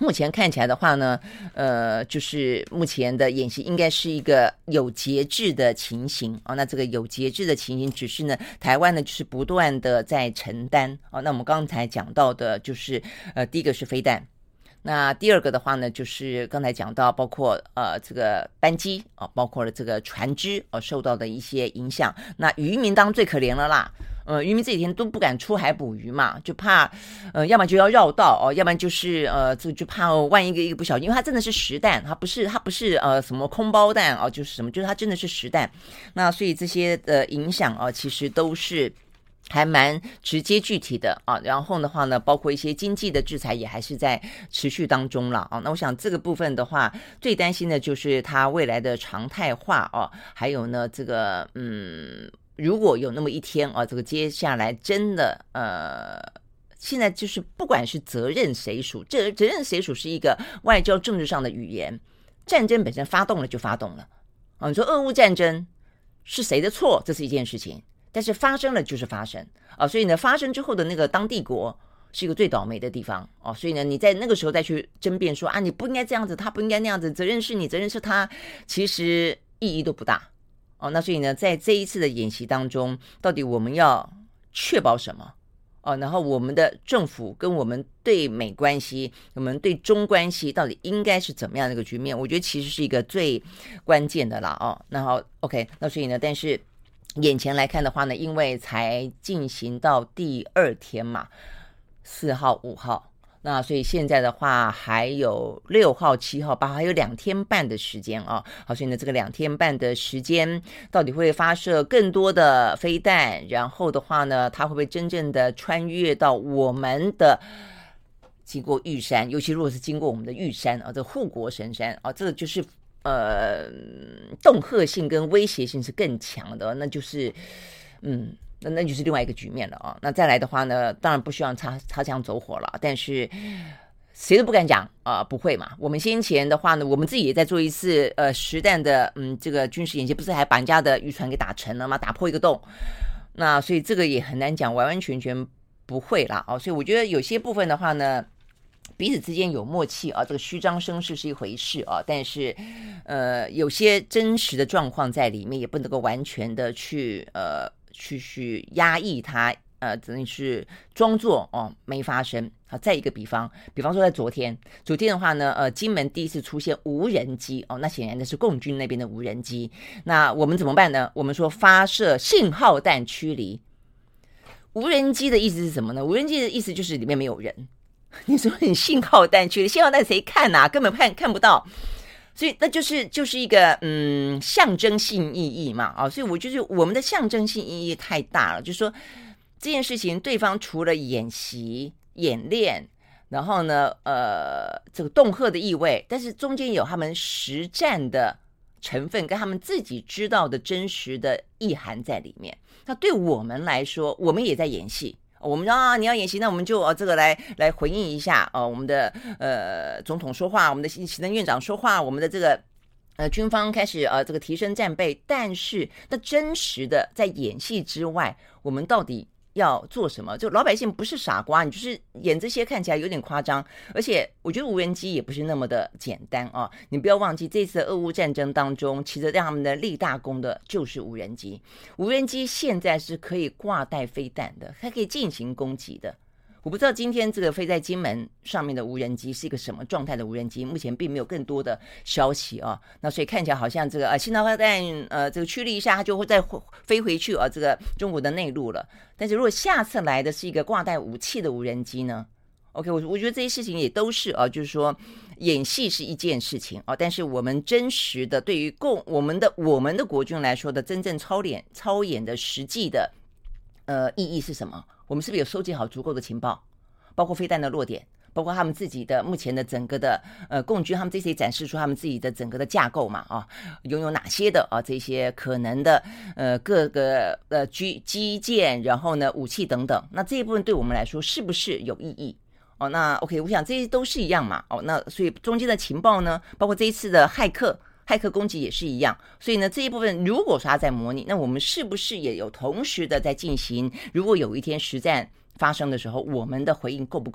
目前看起来的话呢，呃，就是目前的演习应该是一个有节制的情形哦。那这个有节制的情形，只是呢，台湾呢就是不断的在承担哦。那我们刚才讲到的，就是呃，第一个是飞弹。那第二个的话呢，就是刚才讲到，包括呃这个班机啊、哦，包括了这个船只啊、哦、受到的一些影响。那渔民当然最可怜了啦，呃，渔民这几天都不敢出海捕鱼嘛，就怕呃，要么就要绕道哦，要不然就是呃，这就怕、哦、万一一个一个不小心，因为它真的是实弹，它不是它不是呃什么空包弹哦，就是什么，就是它真的是实弹。那所以这些的影响啊、哦，其实都是还蛮直接具体的啊，然后的话呢，包括一些经济的制裁也还是在持续当中了啊。那我想这个部分的话，最担心的就是它未来的常态化啊，还有呢，这个嗯，如果有那么一天啊，这个接下来真的呃。现在就是不管是责任谁属，这责任谁属是一个外交政治上的语言，战争本身发动了就发动了啊。你说俄乌战争是谁的错，这是一件事情。但是发生了就是发生啊，所以呢，发生之后的那个当地国是一个最倒霉的地方哦，所以呢，你在那个时候再去争辩说啊，你不应该这样子，他不应该那样子，责任是你，责任是他，其实意义都不大哦。那所以呢，在这一次的演习当中，到底我们要确保什么哦？然后我们的政府跟我们对美关系，我们对中关系到底应该是怎么样的一个局面？我觉得其实是一个最关键的啦哦。那好 ，OK， 那所以呢，但是。眼前来看的话呢，因为才进行到第二天嘛，四号、五号，那所以现在的话还有六号、七号、八号，还有两天半的时间啊。好，所以呢，这个两天半的时间到底会发射更多的飞弹，然后的话呢，它会不会真正的穿越到我们的？经过玉山，尤其如果是经过我们的玉山啊，这护国神山啊，这个就是。呃，恫吓性跟威胁性是更强的，那就是，嗯，那那就是另外一个局面了啊。那再来的话呢，当然不需要擦擦枪走火了，但是谁都不敢讲啊、呃，不会嘛。我们先前的话呢，我们自己也在做一次呃实弹的嗯这个军事演习，不是还把人家的渔船给打沉了吗？打破一个洞，那所以这个也很难讲，完完全全不会啦啊。所以我觉得有些部分的话呢。彼此之间有默契啊，这个虚张声势是一回事啊，但是，呃，有些真实的状况在里面，也不能够完全的去呃去去压抑它，呃，等于是装作哦没发生。好，再一个比方，比方说在昨天，昨天的话呢，呃，金门第一次出现无人机哦，那显然的是共军那边的无人机。那我们怎么办呢？我们说发射信号弹驱离。无人机的意思是什么呢？无人机的意思就是里面没有人。你说你信号弹去，信号弹谁看啊？根本看看不到，所以那就是就是一个嗯象征性意义嘛啊，所以我觉得我们的象征性意义太大了，就是说这件事情，对方除了演习演练，然后呢呃这个恫吓的意味，但是中间有他们实战的成分跟他们自己知道的真实的意涵在里面。那对我们来说，我们也在演戏。我们啊，你要演习，那我们就哦这个来来回应一下哦，我们的呃总统说话，我们的行政院长说话，我们的这个呃军方开始呃这个提升战备，但是那真实的在演戏之外，我们到底要做什么？就老百姓不是傻瓜，你就是演这些看起来有点夸张，而且我觉得无人机也不是那么的简单啊！你不要忘记，这次的俄乌战争当中，其实让他们的立大功的就是无人机。无人机现在是可以挂带飞弹的，它可以进行攻击的。我不知道今天这个飞在金门上面的无人机是一个什么状态的无人机，目前并没有更多的消息啊。那所以看起来好像这个呃信号弹呃这个驱离一下，它就会再飞回去啊这个中国的内陆了。但是如果下次来的是一个挂带武器的无人机呢 ？OK， 我我觉得这些事情也都是啊，就是说演戏是一件事情啊，但是我们真实的对于共我们的我们的国军来说的真正操演操演的实际的呃意义是什么？我们是不是有收集好足够的情报，包括飞弹的落点，包括他们自己的目前的整个的呃共军，他们这些展示出他们自己的整个的架构嘛啊，拥有哪些的啊这些可能的呃各个呃基基建，然后呢武器等等，那这一部分对我们来说是不是有意义？哦，那 OK， 我想这些都是一样嘛。哦，那所以中间的情报呢，包括这一次的骇客。骇客攻击也是一样，所以呢，这一部分如果说他在模拟，那我们是不是也有同时的在进行？如果有一天实战发生的时候，我们的回应够不够？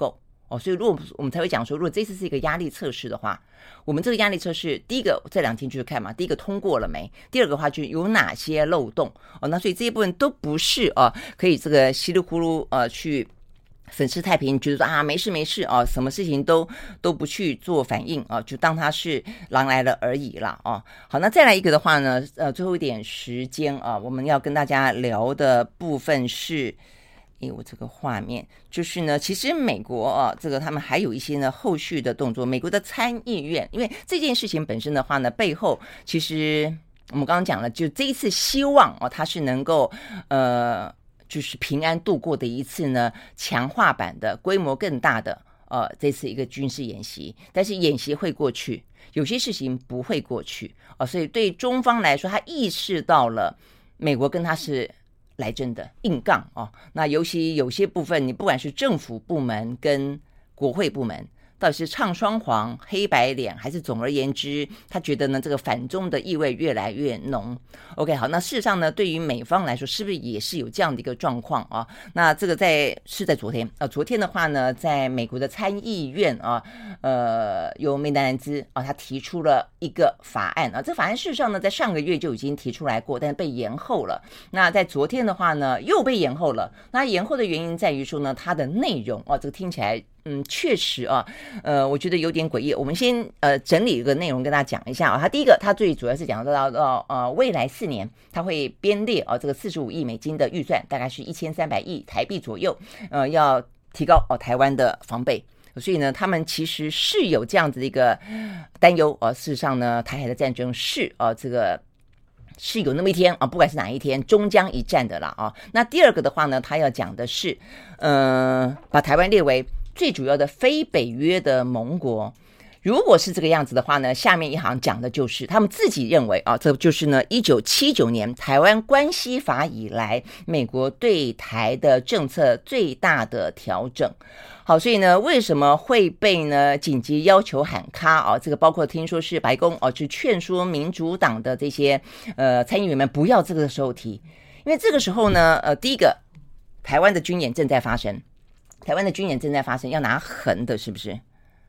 哦，所以如果我们才会讲说，如果这次是一个压力测试的话，我们这个压力测试，第一个这两天就是看嘛，第一个通过了没？第二个的话就是有哪些漏洞哦，那所以这一部分都不是哦，可以这个稀里糊涂呃去粉饰太平，觉得说啊没事没事啊，什么事情都都不去做反应啊，就当它是狼来了而已啦哦。好，那再来一个的话呢，呃，最后一点时间啊，我们要跟大家聊的部分是。诶，我这个画面就是呢，其实美国啊，这个他们还有一些呢后续的动作。美国的参议院，因为这件事情本身的话呢，背后其实我们刚刚讲了，就这一次希望哦，它是能够呃，就是平安度过的一次呢强化版的、规模更大的呃这次一个军事演习。但是演习会过去，有些事情不会过去啊、呃，所以对中方来说，他意识到了美国跟他是。来真的硬杠哦，那尤其有些部分，你不管是政府部门跟国会部门，到底是唱双簧、黑白脸，还是总而言之，他觉得呢这个反中的意味越来越浓。OK， 好，那事实上呢，对于美方来说，是不是也是有这样的一个状况啊？那这个在是在昨天啊，昨天的话呢，在美国的参议院啊，呃，由梅南兹啊，他提出了一个法案啊，这法案事实上呢，在上个月就已经提出来过，但是被延后了。那在昨天的话呢，又被延后了。那延后的原因在于说呢，它的内容啊，这个听起来。嗯，确实啊，呃，我觉得有点诡异。我们先呃整理一个内容跟大家讲一下啊。它第一个，它最主要是讲到到呃未来四年，它会编列啊这个四十五亿美金的预算，大概是一千三百亿台币左右，呃，要提高哦台湾的防备。所以呢，他们其实是有这样子的一个担忧啊。事实上呢，台海的战争是啊这个。是有那么一天啊，不管是哪一天，终将一战的啦啊。那第二个的话呢，他要讲的是，呃，把台湾列为最主要的非北约的盟国。如果是这个样子的话呢，下面一行讲的就是他们自己认为啊，这就是呢一九七九年台湾关系法以来，美国对台的政策最大的调整。好，所以呢，为什么会被呢紧急要求喊卡啊？这个包括听说是白宫哦，去劝说民主党的这些呃参议员们不要这个时候提，因为这个时候呢，呃，第一个，台湾的军演正在发生，台湾的军演正在发生，要拿横的，是不是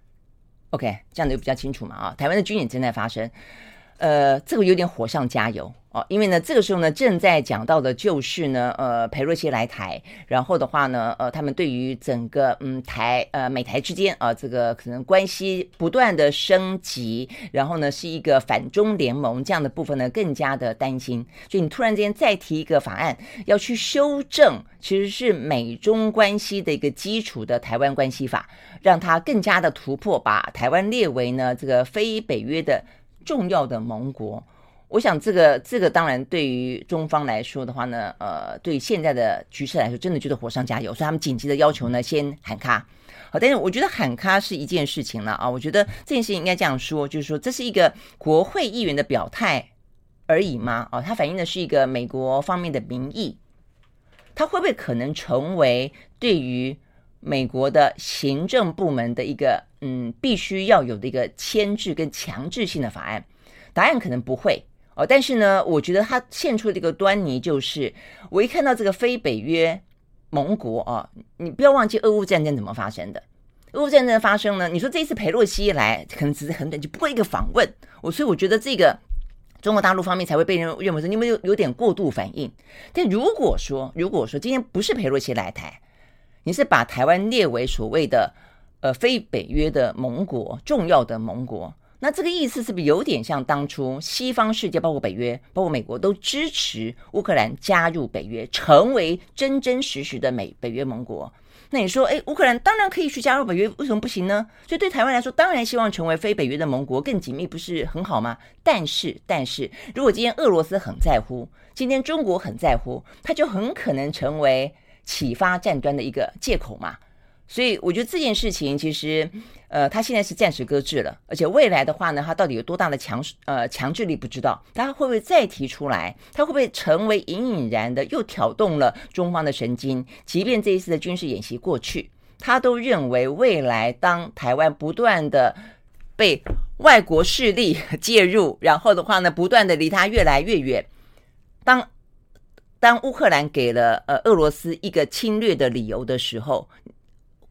？OK， 这样的就比较清楚嘛啊，台湾的军演正在发生，呃，这个有点火上加油。哦，因为呢，这个时候呢，正在讲到的就是呢，呃，裴洛西来台，然后的话呢，呃，他们对于整个嗯台呃美台之间啊、呃，这个可能关系不断的升级，然后呢是一个反中联盟这样的部分呢，更加的担心。所以你突然间再提一个法案要去修正，其实是美中关系的一个基础的台湾关系法，让它更加的突破，把台湾列为呢这个非北约的重要的盟国。我想这个这个当然对于中方来说的话呢，呃，对于现在的局势来说，真的觉得火上加油，所以他们紧急的要求呢，先喊卡。好，但是我觉得喊卡是一件事情了啊，我觉得这件事情应该这样说，就是说这是一个国会议员的表态而已吗？啊，它反映的是一个美国方面的民意，它会不会可能成为对于美国的行政部门的一个嗯必须要有的一个牵制跟强制性的法案？答案可能不会。哦，但是呢，我觉得它现出的一个端倪就是，我一看到这个非北约盟国啊，你不要忘记俄乌战争怎么发生的。俄乌战争的发生呢，你说这一次裴洛西来，可能只是很短，就不过一个访问，我所以我觉得这个中国大陆方面才会被人认为说你们有有点过度反应。但如果说如果说今天不是裴洛西来台，你是把台湾列为所谓的呃非北约的盟国，重要的盟国。那这个意思是不是有点像当初西方世界包括北约包括美国都支持乌克兰加入北约，成为真真实实的美北约盟国？那你说诶乌克兰当然可以去加入北约，为什么不行呢？所以对台湾来说当然希望成为非北约的盟国更紧密，不是很好吗？但是但是如果今天俄罗斯很在乎，今天中国很在乎，它就很可能成为启发战端的一个借口嘛。所以我觉得这件事情其实呃，它现在是暂时搁置了，而且未来的话呢，它到底有多大的强呃强制力不知道，它会不会再提出来，它会不会成为隐隐然的又挑动了中方的神经？即便这一次的军事演习过去，他都认为未来当台湾不断的被外国势力介入，然后的话呢，不断的离他越来越远，当当乌克兰给了呃俄罗斯一个侵略的理由的时候，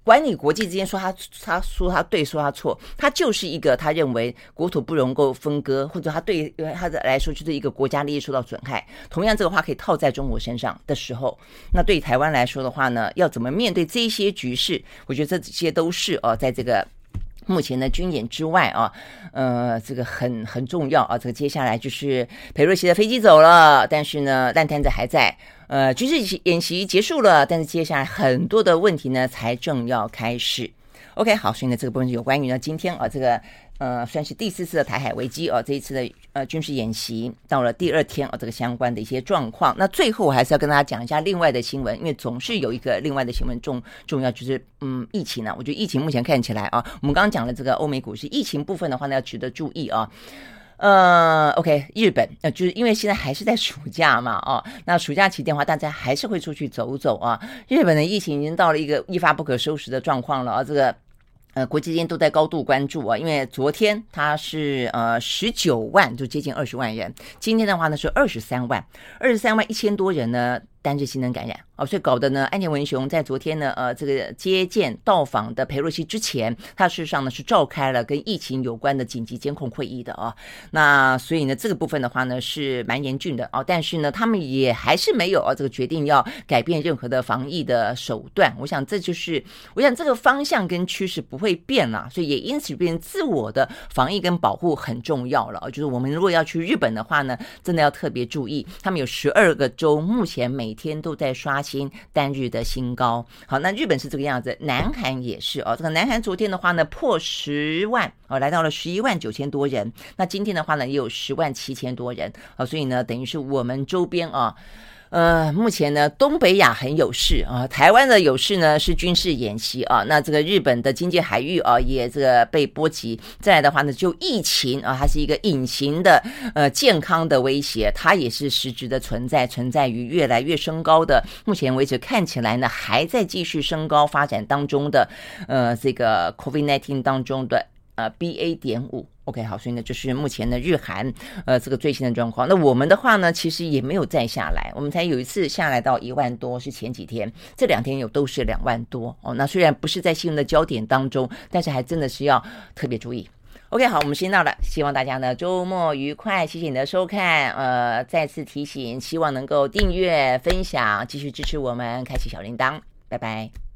管你国际之间说他他说他对说他错，他就是一个他认为国土不能够分割，或者他对他的来说就是一个国家利益受到损害。同样这个话可以套在中国身上的时候，那对台湾来说的话呢，要怎么面对这些局势，我觉得这些都是哦，在这个目前的军演之外啊，呃，这个很很重要啊。这个接下来就是裴瑞熙的飞机走了，但是呢，烂摊子还在。呃，军事演习结束了，但是接下来很多的问题呢才正要开始。OK， 好，所以呢，这个部分是有关于呢今天啊这个呃算是第四次的台海危机哦、啊，这一次的呃军事演习到了第二天啊，这个相关的一些状况。那最后我还是要跟大家讲一下另外的新闻，因为总是有一个另外的新闻重重要，就是嗯疫情啊。我觉得疫情目前看起来啊，我们刚刚讲了这个欧美股市疫情部分的话呢，要值得注意啊。呃 ，OK， 日本呃，就是因为现在还是在暑假嘛，哦，那暑假期间的话，大家还是会出去走走啊。日本的疫情已经到了一个一发不可收拾的状况了啊，这个。呃，国际间都在高度关注啊，因为昨天它是呃十九万，就接近二十万人，今天的话呢是二十三万，二十三万一千多人呢单日新增感染哦，所以搞得呢岸田文雄在昨天呢呃这个接见到访的裴洛西之前，他事实上呢是召开了跟疫情有关的紧急监控会议的啊、哦，那所以呢这个部分的话呢是蛮严峻的啊、哦，但是呢他们也还是没有啊这个决定要改变任何的防疫的手段，我想这就是我想这个方向跟趋势不会。会变啦，所以也因此变成自我的防疫跟保护很重要了。就是我们如果要去日本的话呢，真的要特别注意，他们有十二个州目前每天都在刷新单日的新高。好，那日本是这个样子，南韩也是哦。这个南韩昨天的话呢破十万哦，来到了十一万九千多人。那今天的话呢也有十万七千多人啊、哦，所以呢等于是我们周边啊。呃，目前呢，东北亚很有事啊，台湾的有事呢是军事演习啊，那这个日本的经济海域啊也这个被波及，再来的话呢，就疫情啊，它是一个隐形的呃健康的威胁，它也是实质的存在，存在于越来越升高的，目前为止看起来呢还在继续升高发展当中的呃这个 COVID 十九 当中的呃 B A 点五。OK， 好，所以呢，就是目前的日韩呃这个最新的状况。那我们的话呢，其实也没有再下来，我们才有一次下来到一万多，是前几天，这两天有都是两万多哦。那虽然不是在新闻的焦点当中，但是还真的是要特别注意。OK， 好，我们时间到了，希望大家呢周末愉快，谢谢你的收看。呃，再次提醒，希望能够订阅、分享，继续支持我们，开启小铃铛，拜拜。